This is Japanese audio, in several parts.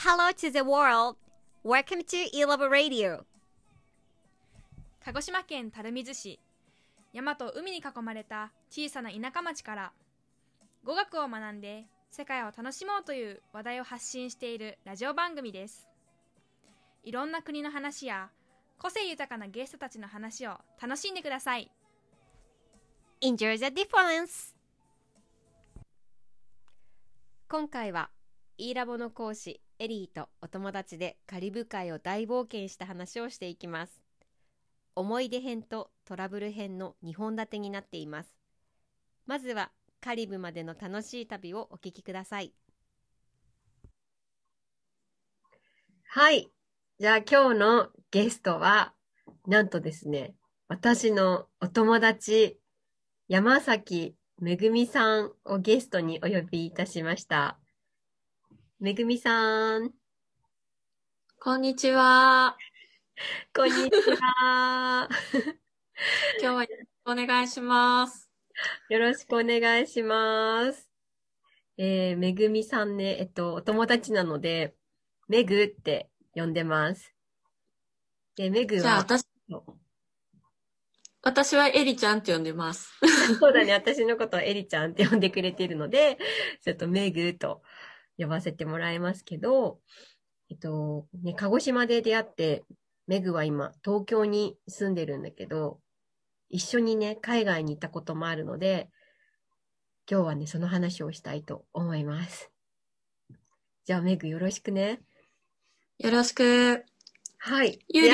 hello to the world. Welcome to E-Love Radio. 鹿児島県垂水市、山と海に囲まれた小さな田舎町から語学を学んで世界を楽しもうという話題を発信しているラジオ番組です。いろんな国の話や個性豊かなゲストたちの話を楽しんでください。 Enjoy the difference. 今回は E ラボの講師エリーとお友達でカリブ海を大冒険した話をしていきます。思い出編とトラブル編の2本立てになっています。まずはカリブまでの楽しい旅をお聞きください。はい。じゃあ今日のゲストは、なんとですね、私のお友達、山崎めぐみさんをゲストにお呼びいたしました。めぐみさん。 こんにちは。 こんにちは。 今日はよろしくお願いします。 よろしくお願いします。めぐみさんね、お友達なので、めぐって呼んでます。で、めぐは、 じゃあ私はエリちゃんって呼んでます。 そうだね、私のことをエリちゃんって呼んでくれているので、ちょっとめぐと呼ばせてもらいますけど、ね、鹿児島で出会って、めぐは今、東京に住んでるんだけど、一緒にね、海外に行ったこともあるので、今日はね、その話をしたいと思います。じゃあ、めぐよろしくね。 よろしく。 はい。 ゆり、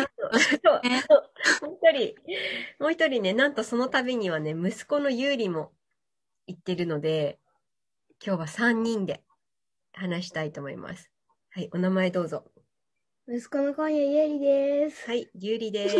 もう一人ね、なんとその旅にはね、息子のゆうりも行ってるので、今日は3人で話したいと思います。はい、お名前どうぞ。 息子の今夜ゆりです。 はい、ゆうりです。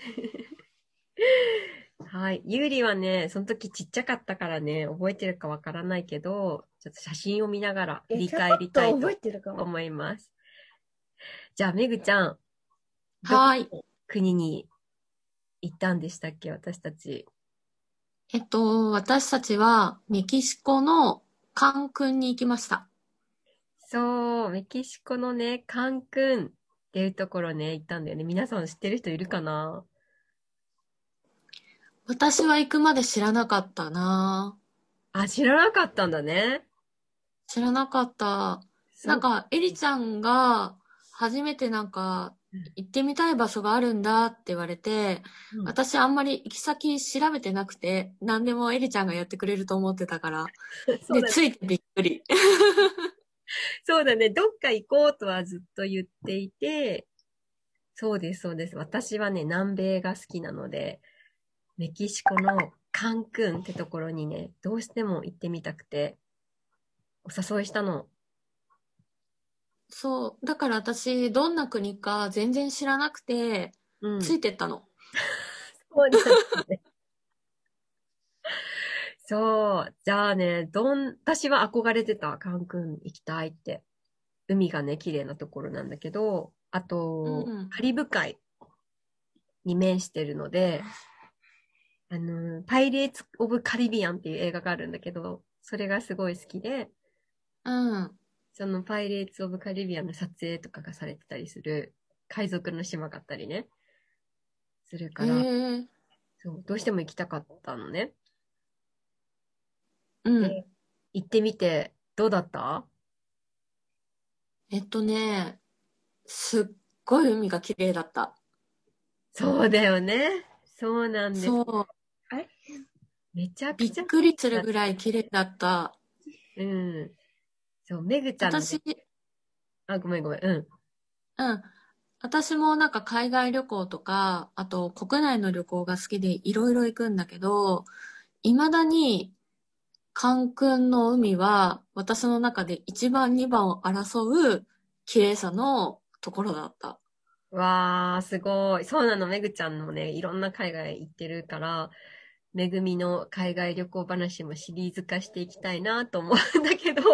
はい、ゆうりはね、その時ちっちゃかったからね、覚えてるかわからないけど、ちょっと写真を見ながら振り返りたいと思います。じゃあ、めぐちゃん。 はい。 国に行ったんでしたっけ、私たち。 私たちはメキシコのカンクンに行きました。 そう、メキシコのね、カンクンっていうところね、行ったんだよね。皆さん知ってる人いるかな？ 私は行くまで知らなかったな。 あ、知らなかったんだね。 知らなかった。なんか、エリちゃんが初めて行ってみたい場所があるんだって言われて、私あんまり行き先調べてなくて、何でもエリちゃんがやってくれると思ってたから。で、ついてびっくり。 そうだね。どっか行こうとはずっと言っていて、そうです、そうです。私はね、南米が好きなので、メキシコのカンクンってところにね、どうしても行ってみたくて、お誘いしたの。 そう。だから私、どんな国か全然知らなくて、ついてったの。 そうですね。そう。じゃあね、私は憧れてた。カンクン行きたいって。海がね、綺麗なところなんだけど、あと、カリブ海に面してるので、パイレーツ・オブ・カリビアンっていう映画があるんだけど、それがすごい好きで、そのパイレーツ・オブ・カリビアンの撮影とかがされてたりする海賊の島があったりね、するから、そう、どうしても行きたかったのね。で、行ってみて、どうだった？ すっごい海が綺麗だった。 そうだよね。そうなんです。 そう。 めちゃくちゃびっくりするぐらい綺麗だった。 うん。そう、めぐちゃん、ごめん。 私も海外旅行とか、あと国内の旅行が好きでいろいろ行くんだけど、未だにカンクンの海は私の中で1番2番を争う綺麗さのところだった。 わー、すごい。そうなの、めぐちゃんもね、いろんな海外行ってるから、めぐみの海外旅行話もシリーズ化していきたいなと思うんだけど、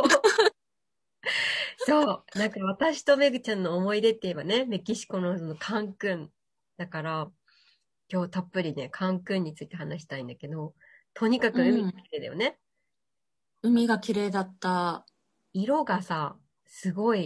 そう、私とめぐちゃんの思い出って言えばね、メキシコのそのカンクン。だから、今日たっぷりね、カンクンについて話したいんだけど、とにかく海が綺麗だよね。 海が綺麗だった。 色がさ、すごい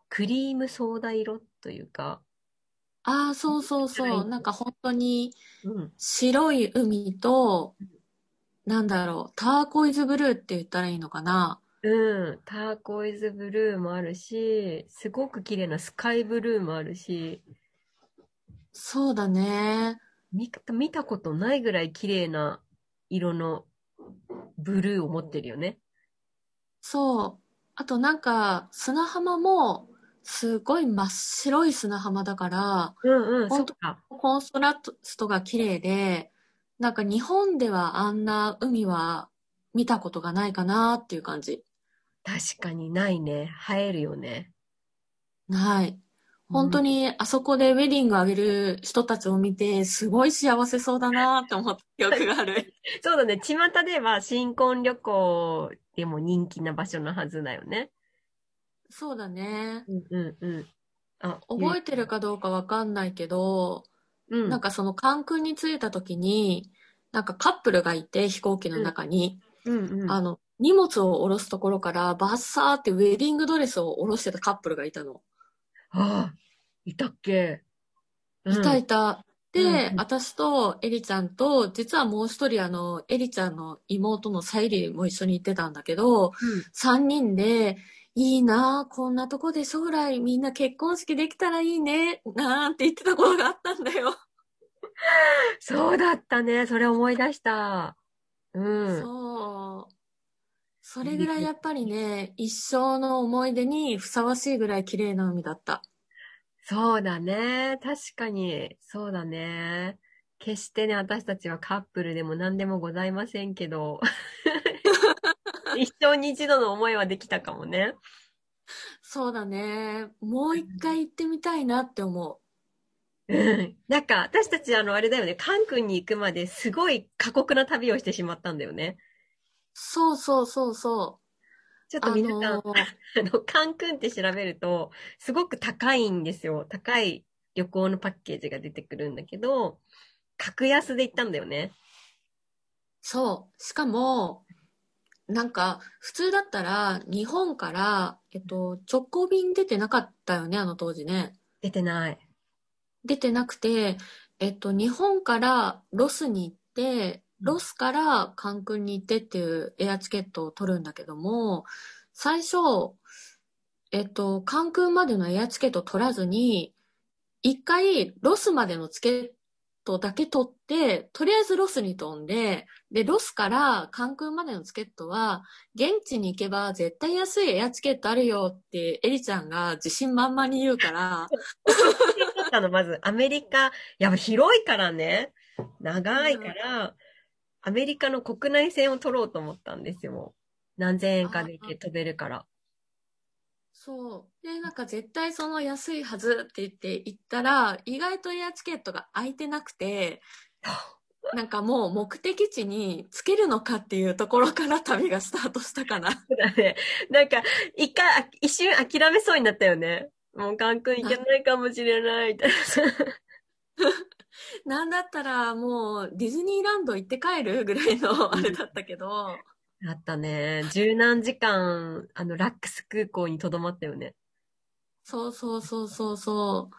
クリームソーダ色というか、 ああ、そうそうそう。なんか本当にうん。 白い海と、なんだろう、ターコイズブルーって言ったらいいのかな。 うん。ターコイズブルーもあるし、すごく綺麗なスカイブルーもあるし、 そうだね。 見たことないぐらい綺麗な色のブルーを持ってるよね。 そう。あとなんか、砂浜も、すごい真っ白い砂浜だから、 うんうん、そ本当っか。 コントラストが綺麗で、なんか日本ではあんな海は見たことがないかなっていう感じ。 確かにないね。映えるよね。 ない。本当うん。 にあそこでウェディングあげる人たちを見て、すごい幸せそうだなって思った記憶がある。 そうだね。巷では新婚旅行でも人気な場所のはずだよね。 そうだね。 うんうんうん。あ、 覚えてるかどうかわかんないけど、 うん。 なんかそのカンクンに着いた時に、なんかカップルがいて飛行機のうん中に、 うんうん。 荷物を下ろすところからバッサーってウェディングドレスを下ろしてたカップルがいたの。 ああ、いたっけ？ いうん。 たいた。で、 うんうん。 私とエリちゃんと、実はもう一人エリちゃんの妹のサイリーも一緒に行ってたんだけど、 うん。 三人で、いいなあ、こんなとこで将来みんな結婚式できたらいいね、なんて言ってたことがあったんだよ。 そうだったね。それ思い出した。うん。 そう。それいいね。 ぐらいやっぱりね、一生の思い出にふさわしいぐらい綺麗な海だった。 そうだね。確かに、そうだね。決してね、私たちはカップルでも何でもございませんけど、一生に一度の思いはできたかもね。 そうだね。もう一回行ってみたいなって思う。 うん。なんか、私たち、あれだよね、カン君に行くまですごい過酷な旅をしてしまったんだよね。 そうそうそうそう。 ちょっと皆さん、カン君って調べると、すごく高いんですよ。高い旅行のパッケージが出てくるんだけど、格安で行ったんだよね。 そう。しかも、なんか、普通だったら、日本から、直行便出てなかったよね、あの当時ね。 出てない。 出てなくて、日本からロスに行って、ロスからカンクンに行ってっていうエアチケットを取るんだけども、最初、カンクンまでのエアチケットを取らずに、一回ロスまでのチケットだけ取って、とりあえずロスに飛んで、で、ロスからカンクンまでのチケットは、現地に行けば絶対安いエアチケットあるよってエリちゃんが自信満々に言うから、 国際線だったの、まず。アメリカ、やっぱ広いからね。長いかうん、 ら、アメリカの国内線を取ろうと思ったんですよ。何千円かであ、 飛べるから。 そう。で、なんか絶対その安いはずって言って行ったら、意外とエアチケットが空いてなくて、なんかもう目的地につけるのかっていうところから旅がスタートしたかな。 そうだね。なんか、一瞬諦めそうになったよね。もうカンクン行けな、 ないかもしれない、みたいな。 なんだったらもうディズニーランド行って帰るぐらいのあれだったけど、 あったね。十何時間、ラックス空港に留まったよね。 そうそうそうそうそう。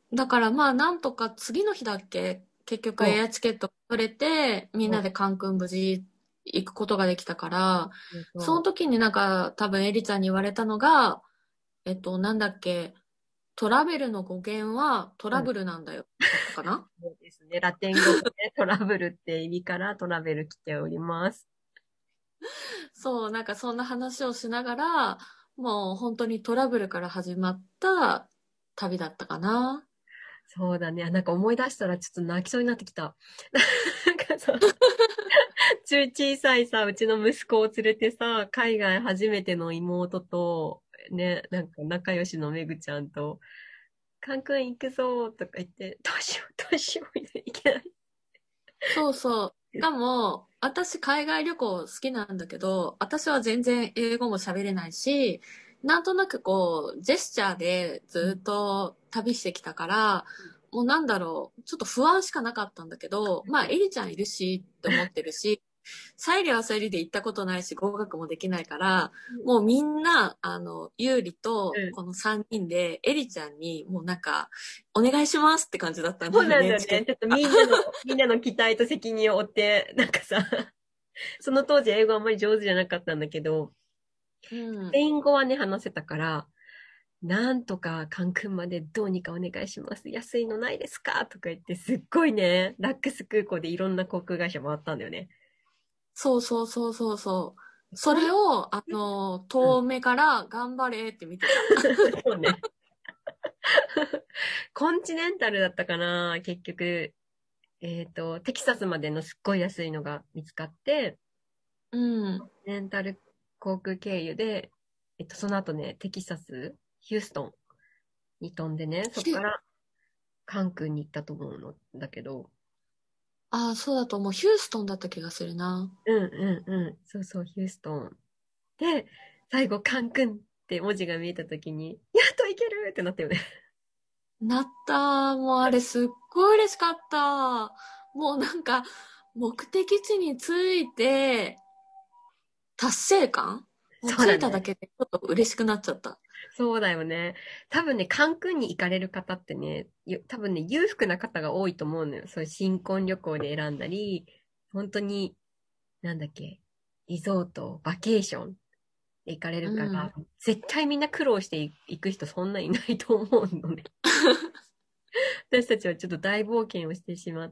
だからまあなんとか次の日だっけ結局そうエアチケット取れて、みんそうなでカンクン無事行くことができたから、そのそう。 時になんか多分エリちゃんに言われたのが、なんだっけ、トラベルの語源はトラうん、 ブルなんだよ。だったかな。 そうですね。ラテン語でね、トラブルって意味からトラベル来ております。 そう、なんかそんな話をしながら、もう本当にトラブルから始まった旅だったかな。 そうだね。なんか思い出したらちょっと泣きそうになってきた。なんかさ、小さいさ、うちの息子を連れてさ、海外初めての妹と、ね、なんか仲良しのめぐちゃんと、カンクン行くぞとか言って、どうしよう、どうしよう、いけない。 そうそう。しかも、私海外旅行好きなんだけど、私は全然英語も喋れないし、なんとなくこう、ジェスチャーでずっと旅してきたから、もうなんだろう、ちょっと不安しかなかったんだけど、まあ、エリちゃんいるしって思ってるし、 サイリはサイリで行ったことないし、語学もできないから、もうみんな、ゆうりと、この3人で、エリちゃんに、もうなんか、お願いしますって感じだったんだよね。そうなんだよね。ちょっとみんなの期待と責任を負って、なんかさ、その当時英語あんまり上手じゃなかったんだけど、スペイン語はね、話せたから、なんとかカンクンまでどうにかお願いします。安いのないですかとか言って、すっごいね、ラックス空港でいろんな航空会社回ったんだよね。 そう。それを、遠目から頑張れって見てた。 そうね。コンチネンタルだったかな結局、テキサスまでのすっごい安いのが見つかって、コンチネンタル航空経由で、その後ね、テキサス、ヒューストンに飛んでね、そこからカンクンに行ったと思うのだけど。 ああ、そうだと思う。ヒューストンだった気がするな。 そうそう、ヒューストン。で、最後、カンクンって文字が見えたときに、やっと行けるってなったよね。 なったー。もうあれすっごい嬉しかった。もうなんか、目的地に着いて、達成感もう着いただけでちょっと嬉しくなっちゃった。 そうだよね。多分ね、カンクンに行かれる方ってね、多分ね、裕福な方が多いと思うのよ。そういう新婚旅行で選んだり、本当に、なんだっけ、リゾート、バケーションで行かれるから、絶対みんな苦労して行く人そんないないと思うのね。私たちはちょっと大冒険をしてしまって、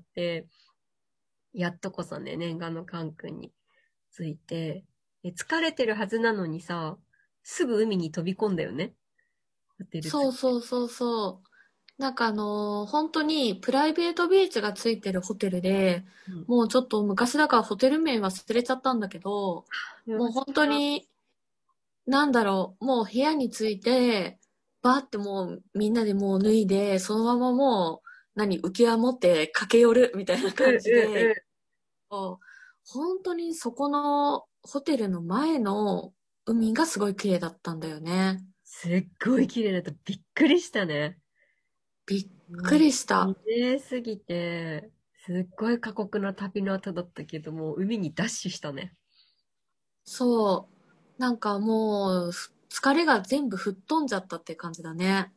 やっとこそね、念願のカンクンに着いて、疲れてるはずなのにさ、すぐ海に飛び込んだよね。 そう。なんか本当にプライベートビーチがついてるホテルで、もうちょっと昔だからホテル名忘れちゃったんだけど、もう本当に、なんだろう、もう部屋に着いて、バーってもうみんなでもう脱いで、そのままもう、浮き輪持って駆け寄るみたいな感じで、本当にそこのホテルの前の海がすごい綺麗だったんだよね。 すっごい綺麗だった。びっくりしたね。 びっくりした。 綺麗すぎて、すっごい過酷な旅の後だったけども、海にダッシュしたね。 そう。なんかもう、疲れが全部吹っ飛んじゃったって感じだね。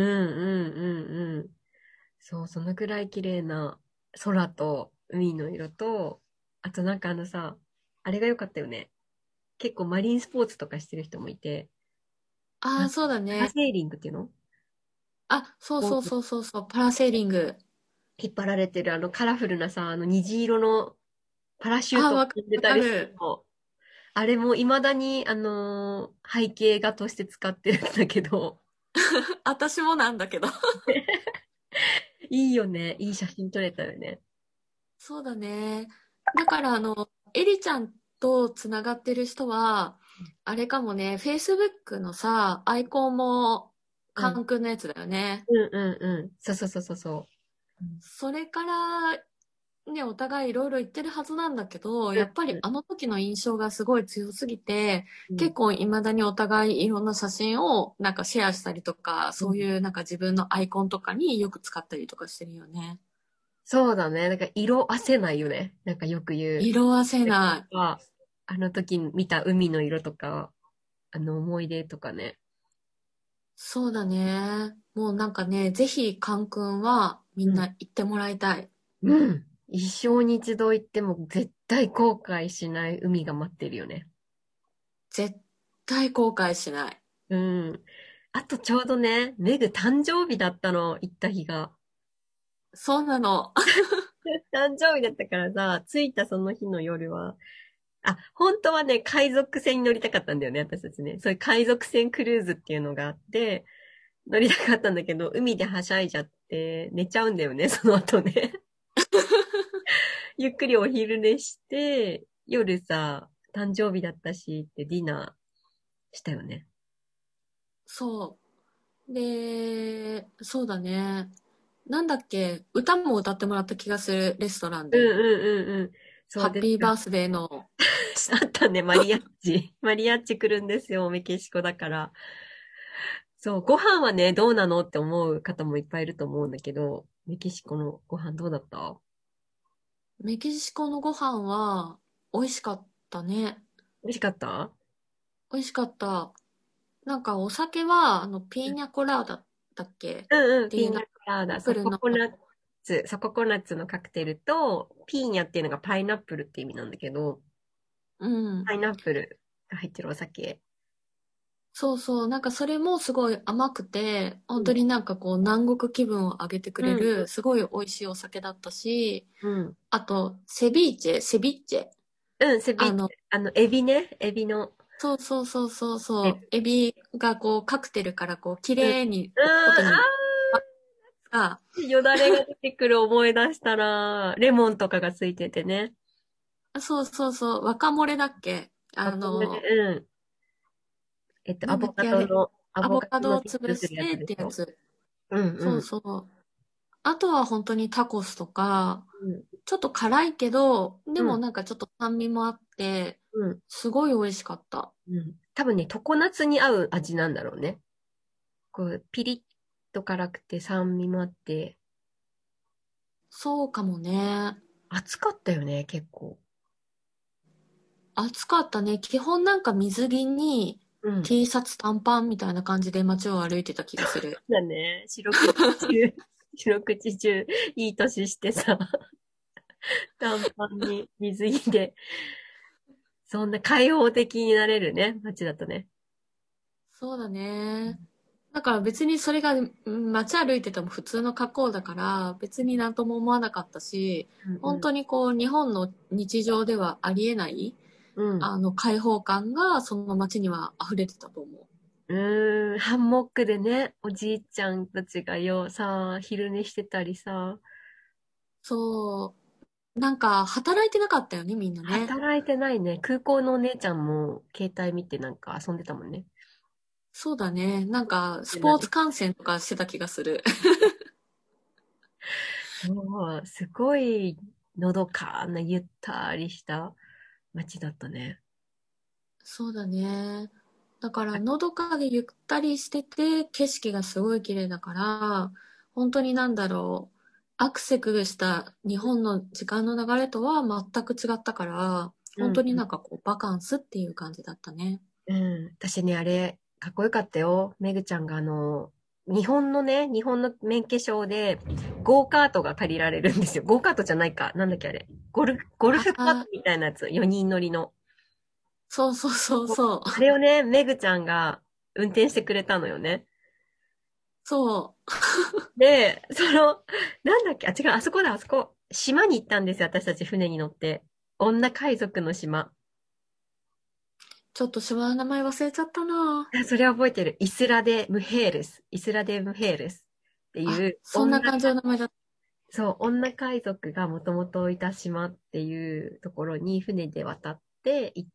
そう、そのくらい綺麗な空と海の色と、あとなんかあれが良かったよね。結構マリンスポーツとかしてる人もいて。 ああ、そうだね。 パラセーリングっていうの？ あ、そう、パラセーリング。 引っ張られてるカラフルなさ、虹色のパラシュートを飛んでたりするの。あれも未だに、背景画として使ってるんだけど。 私もなんだけど。 いいよね。いい写真撮れたよね。 そうだね。だからエリちゃんとつながってる人は、あれかもね、Facebook のさ、アイコンも、カンクンのやつだよね。 そう。 それから、ね、お互いいろいろ言ってるはずなんだけど、やっぱりあの時の印象がすごい強すぎて、結構未だにお互いいろんな写真をなんかシェアしたりとか、そういうなんか自分のアイコンとかによく使ったりとかしてるよね。 そうだね。なんか色褪せないよね。なんかよく言う。 色褪せない。 あの時見た海の色とか、思い出とかね。 そうだね。もうなんかね、ぜひカン君はみんな行ってもらいたい。 一生に一度行っても絶対後悔しない海が待ってるよね。 絶対後悔しない。 あとちょうどね、メグ誕生日だったの、行った日が。 そうなの。 誕生日だったからさ、着いたその日の夜は、本当はね、海賊船に乗りたかったんだよね、私たちね。そういう海賊船クルーズっていうのがあって、乗りたかったんだけど、海ではしゃいじゃって寝ちゃうんだよね、その後ね。ゆっくりお昼寝して、夜さ、誕生日だったしってディナーしたよね。 そう。で、そうだね。なんだっけ、歌も歌ってもらった気がする、レストランで。ハッピーバースデーの。 あったね、マリアッチ。マリアッチ来るんですよ、メキシコだから。そう、ご飯はね、どうなのって思う方もいっぱいいると思うんだけど、メキシコのご飯どうだった？ メキシコのご飯は、 美味しかったね。 美味しかった？ 美味しかった。なんかお酒は、ピーニャコラーダだっけっうんうん、 ていうな、 ピーナッコラーダ。そう、 アップルの、 ココナッツのカクテルと、ピーニャっていうのがパイナップルって意味なんだけど、 うん。 パイナップルが入ってるお酒。 そうそう。なんかそれもすごい甘くて、 うん、 本当になんかこう南国気分を上げてくうん、 れる、すごい美味しいお酒だったし、 うん。 あと、セビッチェ。 うん、セビ、 あの、 エビね。エビの。 そうそうそうそうそエう。エビがこうカクテルからこう綺うん。 麗にポテに、 あが、 ー、よだれが出てくる思い出したら、レモンとかがついててね。 そうそうそう、若漏れだっけあ、これうん。アなんだボっけあれ、 アボカアボカドのディッドを潰プするやしてっつでしょ？ てやつ。 うんうん。 そうそう。あとは本当にタコスとか、 うん。 ちょっと辛いけど、でうん。 もなんかちょっと酸味もあって、 うん。 すごい美味しかった。 うん。多分ね、常夏に合う味なんだろうね。こう、ピリッと辛くて酸味もあって、 そうかもね。 暑かったよね、結構。 暑かったね。基本なんか水着にうん。 T シャツ短パンみたいな感じで街を歩いてた気がする。 だね。四六時中、いい年してさ、短パンに水着で、そんな開放的になれるね、街だとね。 そうだね。だから別にそれが街歩いてても普通の格好だから別になんとも思わなかったし、本うん。 当にこう日本の日常ではありえないうん。 開放感がその街には溢れてたと思う。 ハンモックでね、おじいちゃんたちがさ、昼寝してたりさ、 そう。なんか働いてなかったよね、みんなね。 働いてないね。空港のお姉ちゃんも携帯見てなんか遊んでたもんね。 そうだね。なんかスでない。 ポーツ観戦とかしてた気がする。 そう、すごいのどかなゆったりした街だったね。 そうだね。だからのどかでゆったりしてて景色がすごい綺麗だから、本当になんだろう。アクセクした日本の時間の流れとは全く違ったから、本当うん、 になんかこうバカンスっていう感じだったね。 うん。私ね、あれ、かっこよかったよ。めぐちゃんが日本の免許証で、ゴーカートが借りられるんですよ。ゴーカートじゃないか。なんだっけあれ。ゴルあフカートあ、 みたいなやつ。4人乗りの。 そうそうそうそう。 あれをね、めぐちゃんが運転してくれたのよね。 そう。 で、なんだっけ、あ、違う、あそこだ、あそこ。島に行ったんですよ、私たち船に乗って。女海賊の島。 ちょっと島の名前忘れちゃったな。 あ、それは覚えてる。イスラデムヘールスっていあ、 うそんな感じの名前だった。 そう、女海賊がもともといた島っていうところに船で渡って行って、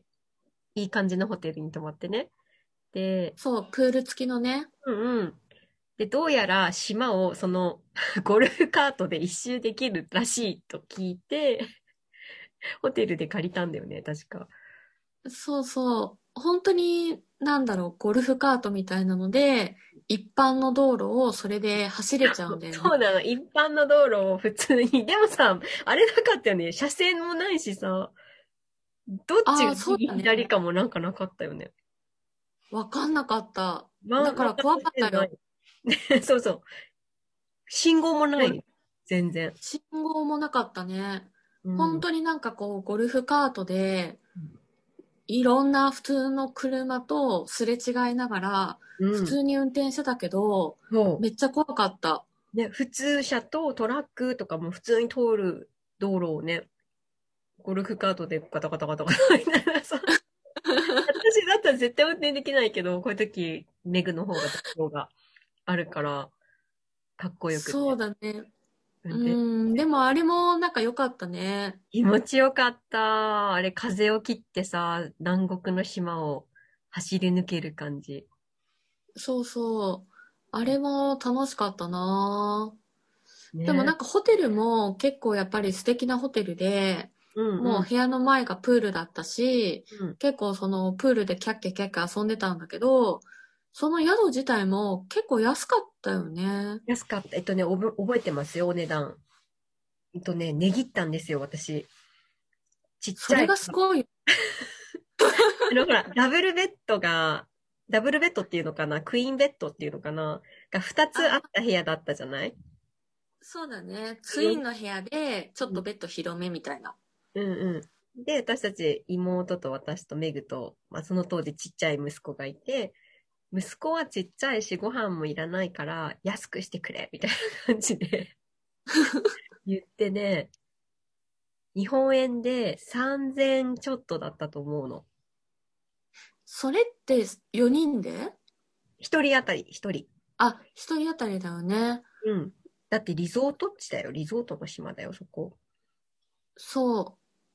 いい感じのホテルに泊まってね。で、 そう、プール付きのね。 うんうん。で、どうやら島をゴルフカートで一周できるらしいと聞いて、ホテルで借りたんだよね、確か。 そうそう。本当に、なんだろう、ゴルフカートみたいなので、一般の道路をそれで走れちゃうんだよね。 そうなの、一般の道路を普通に。でもさ、あれなかったよね。車線もないしさ、どっちああ、 が右そうだね。 左かもなんかなかったよね。 わかんなかった。 ま、全だから怖かったよ。 くない。そうそう。信号もなゴルい。全然。 信号もなかったね。 うん。 本当になんかこう、ゴルフカートで、いろんな普通の車とすれ違いながら、普うん。 通に運転してたけど、 そめっちゃ怖かった。 う。ね、普通車とトラックとかも普通に通る道路をね、ゴルフカートでガタガタガタガタみたいなさ。私だったら絶対運転できないけど、こういう時、メグの方が特徴があるから、かっこよくそうて。 だね。 運転でもあれもなんか良かったね。 気持ちよかった。あれ、風を切ってさ、南国の島を走り抜ける感じ。 そうそう。あれも楽しかったな。でもなね。 んかホテルも結構やっぱり素敵なホテルで、 うんうん。 もう部屋の前がプールだったし、 うん。 結構そのプールでキャッキャキャッキャ遊んでたんだけど、その宿自体も結構安かったよね。 安かった。覚えてますよ、お値段。値切ったんですよ、私。 ちっちそゃい。 れがすごい。 ほら、ダブルベッドっていうのかな、クイーンベッドっていうのかな、が2つあった部屋だったじゃない？ そうだね。ツインの部屋で、ちょっとベッド広めみたいな。 うんうん。で、私たち、妹と私とメグと、まあ、その当時ちっちゃい息子がいて、息子はちっちゃいし、ご飯もいらないから、安くしてくれ、みたいな感じで言ってね、日本円で3000ちょっとだったと思うの。 それって4人で？ 一人当たり、一人。 あ、1人当たりだよね。 うん。だってリゾート地だよ。リゾートの島だよ、そこ。 そう。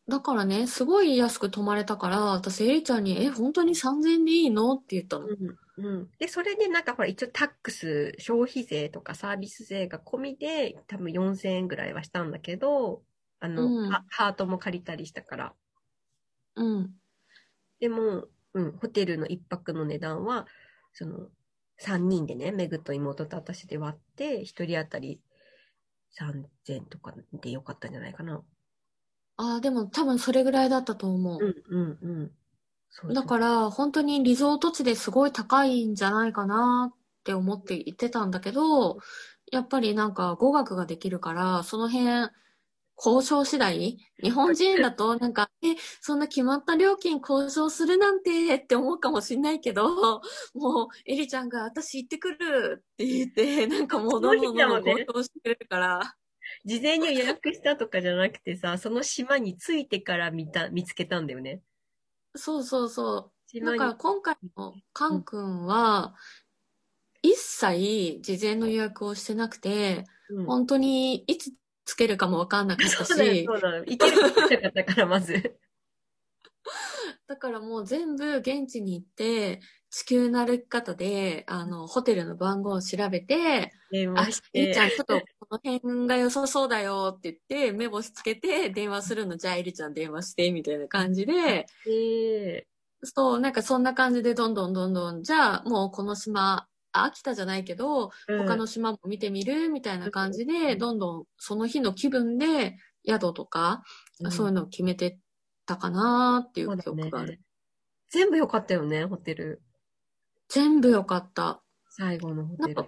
だからね、すごい安く泊まれたから、私、エリちゃんに、本当に3000円でいいのって言ったの。 うん。うん。で、それでなんかほら、一応タックス、消費税とかサービス税が込みで、多分4000円ぐらいはしたんだけど、 うん。 ハートも借りたりしたから。 うん。 でも、うん、ホテルの一泊の値段は、3人でね、メグと妹と私で割って、一人当たり3000とかでよかったんじゃないかな。 あ、でも多分それぐらいだったと思うん、うん、うん。そう。 うそう。 だから、本当にリゾート地ですごい高いんじゃないかなって思って言ってたんだけど、やっぱりなんか語学ができるから、その辺、交渉次第日本人だとなんか、そんな決まった料金交渉するなんてって思うかもしんないけど、もう、エリちゃんが私行ってくるって言って、なんかもうどんどんどんどん交渉してくれるから。 事前に予約したとかじゃなくてさ、その島に着いてから見つけたんだよね。 そうそうそう。だ島に。 から今回のカン君は、一切事前の予約をしてなくて、 うん、 本当にいつつけるかもわかんなかったそうだよ、 し、 そうだよ。行けるか行けなかったから、まず。 だからもう全部現地に行って、地球の歩き方で、ホテルの番号を調べて、 電話しエリちゃん、 て。 ちょっとこの辺が良さそうだよって言って、目星つけて電話するの、じゃあエリちゃん電話して、みたいな感じで、そう、なんかそんな感じでどんどんどんどん、じゃあもうこの島、秋田じゃないけど、他の島も見てみるみたいな感じで、どんどんその日の気分で宿とか、そういうのを決めてったかなっていう記憶がある。 全部良かったよね、ホテル。 全部良かった。 最後のホテル。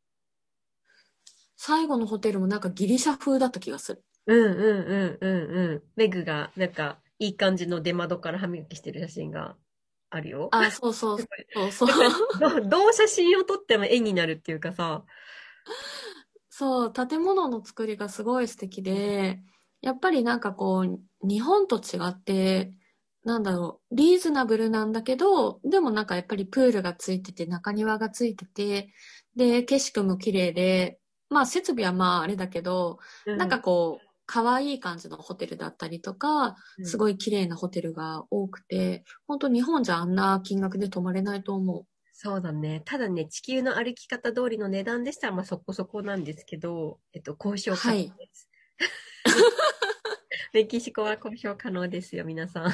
最後のホテルもなんかギリシャ風だった気がする。 うんうんうんうんうん。メグがなんかいい感じの出窓から歯磨きしてる写真があるよ。 あ、そうそうそうそう。 どう写真を撮っても絵になるっていうかさ。 そう、建物の作りがすごい素敵で、やっぱりなんかこう、日本と違って、なんだろう、リーズナブルなんだけど、でもなんかやっぱりプールがついてて、中庭がついてて、で、景色も綺麗で、まあ設備はまああれだけど、なんかこう、可愛い感じのホテルだったりとか、すごい綺麗なホテルが多くて、本当日本じゃあんな金額で泊まれないと思う。 そうだね。ただね、地球の歩き方通りの値段でしたら、まあそこそこなんですけど、交渉可能です。はい、メキシコは交渉可能ですよ、皆さん。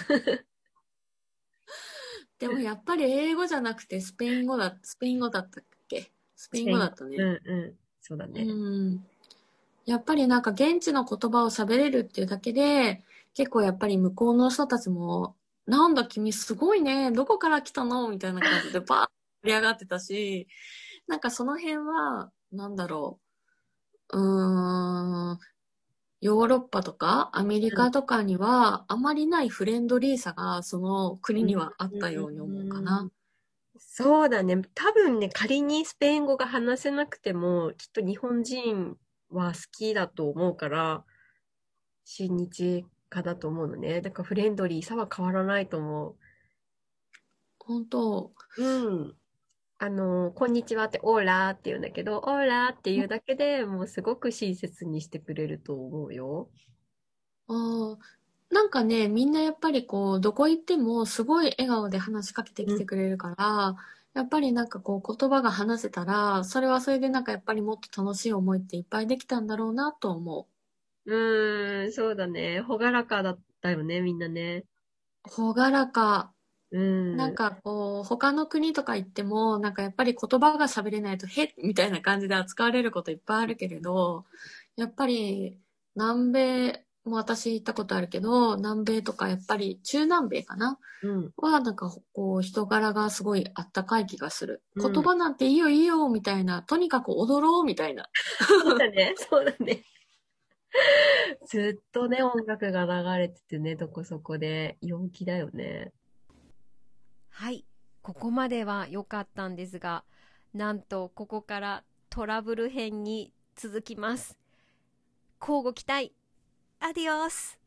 でもやっぱり英語じゃなくてスペイン語だったっけ？スペイン語だったね。 うんうん。そうだね。 うん。やっぱりなんか現地の言葉を喋れるっていうだけで、結構やっぱり向こうの人たちも、なんだ君すごいね、どこから来たのみたいな感じでバーッ盛り上がってたし、なんかその辺は、なんだろう、ヨーロッパとかアメリカとかにはあまりないフレンドリーさがその国にはあったように思うかな。 そうだね。多分ね、仮にスペイン語が話せなくても、きっと日本人は好きだと思うから、親日家だと思うのね。だからフレンドリーさは変わらないと思う。 本当。 うん。こんにちはって、オーラーって言うんだけど、オーラーっていうだけでもうすごく親切にしてくれると思うよ。 ああ、なんかね、みんなやっぱりこう、どこ行ってもすごい笑顔で話しかけてきてくれるから、やっぱりなんかこう言葉が話せたら、それはそれでなんかやっぱりもっと楽しい思いっていっぱいできたんだろうなと思そうだね。ほがらかだったよね、みんなね。 う。ほがらか。 うん。 なんかこう、他の国とか行っても、なんかやっぱり言葉が喋れないと、へみたいな感じで扱われることいっぱいあるけれど、やっぱり南米、 もう私行ったことあるけど、南米とかやっぱり中南米かな、はなんかこう人柄がすごいあったかい気がする。言葉なんていいよいいよみたいな、とにかく踊ろうみたいな。 そうだね、そうだね。ずっとね、音楽が流れててね、どこそこで陽気だよね。はい、ここまでは良かったんですが、なんとここからトラブル編に続きます。乞うご期待。アディオス。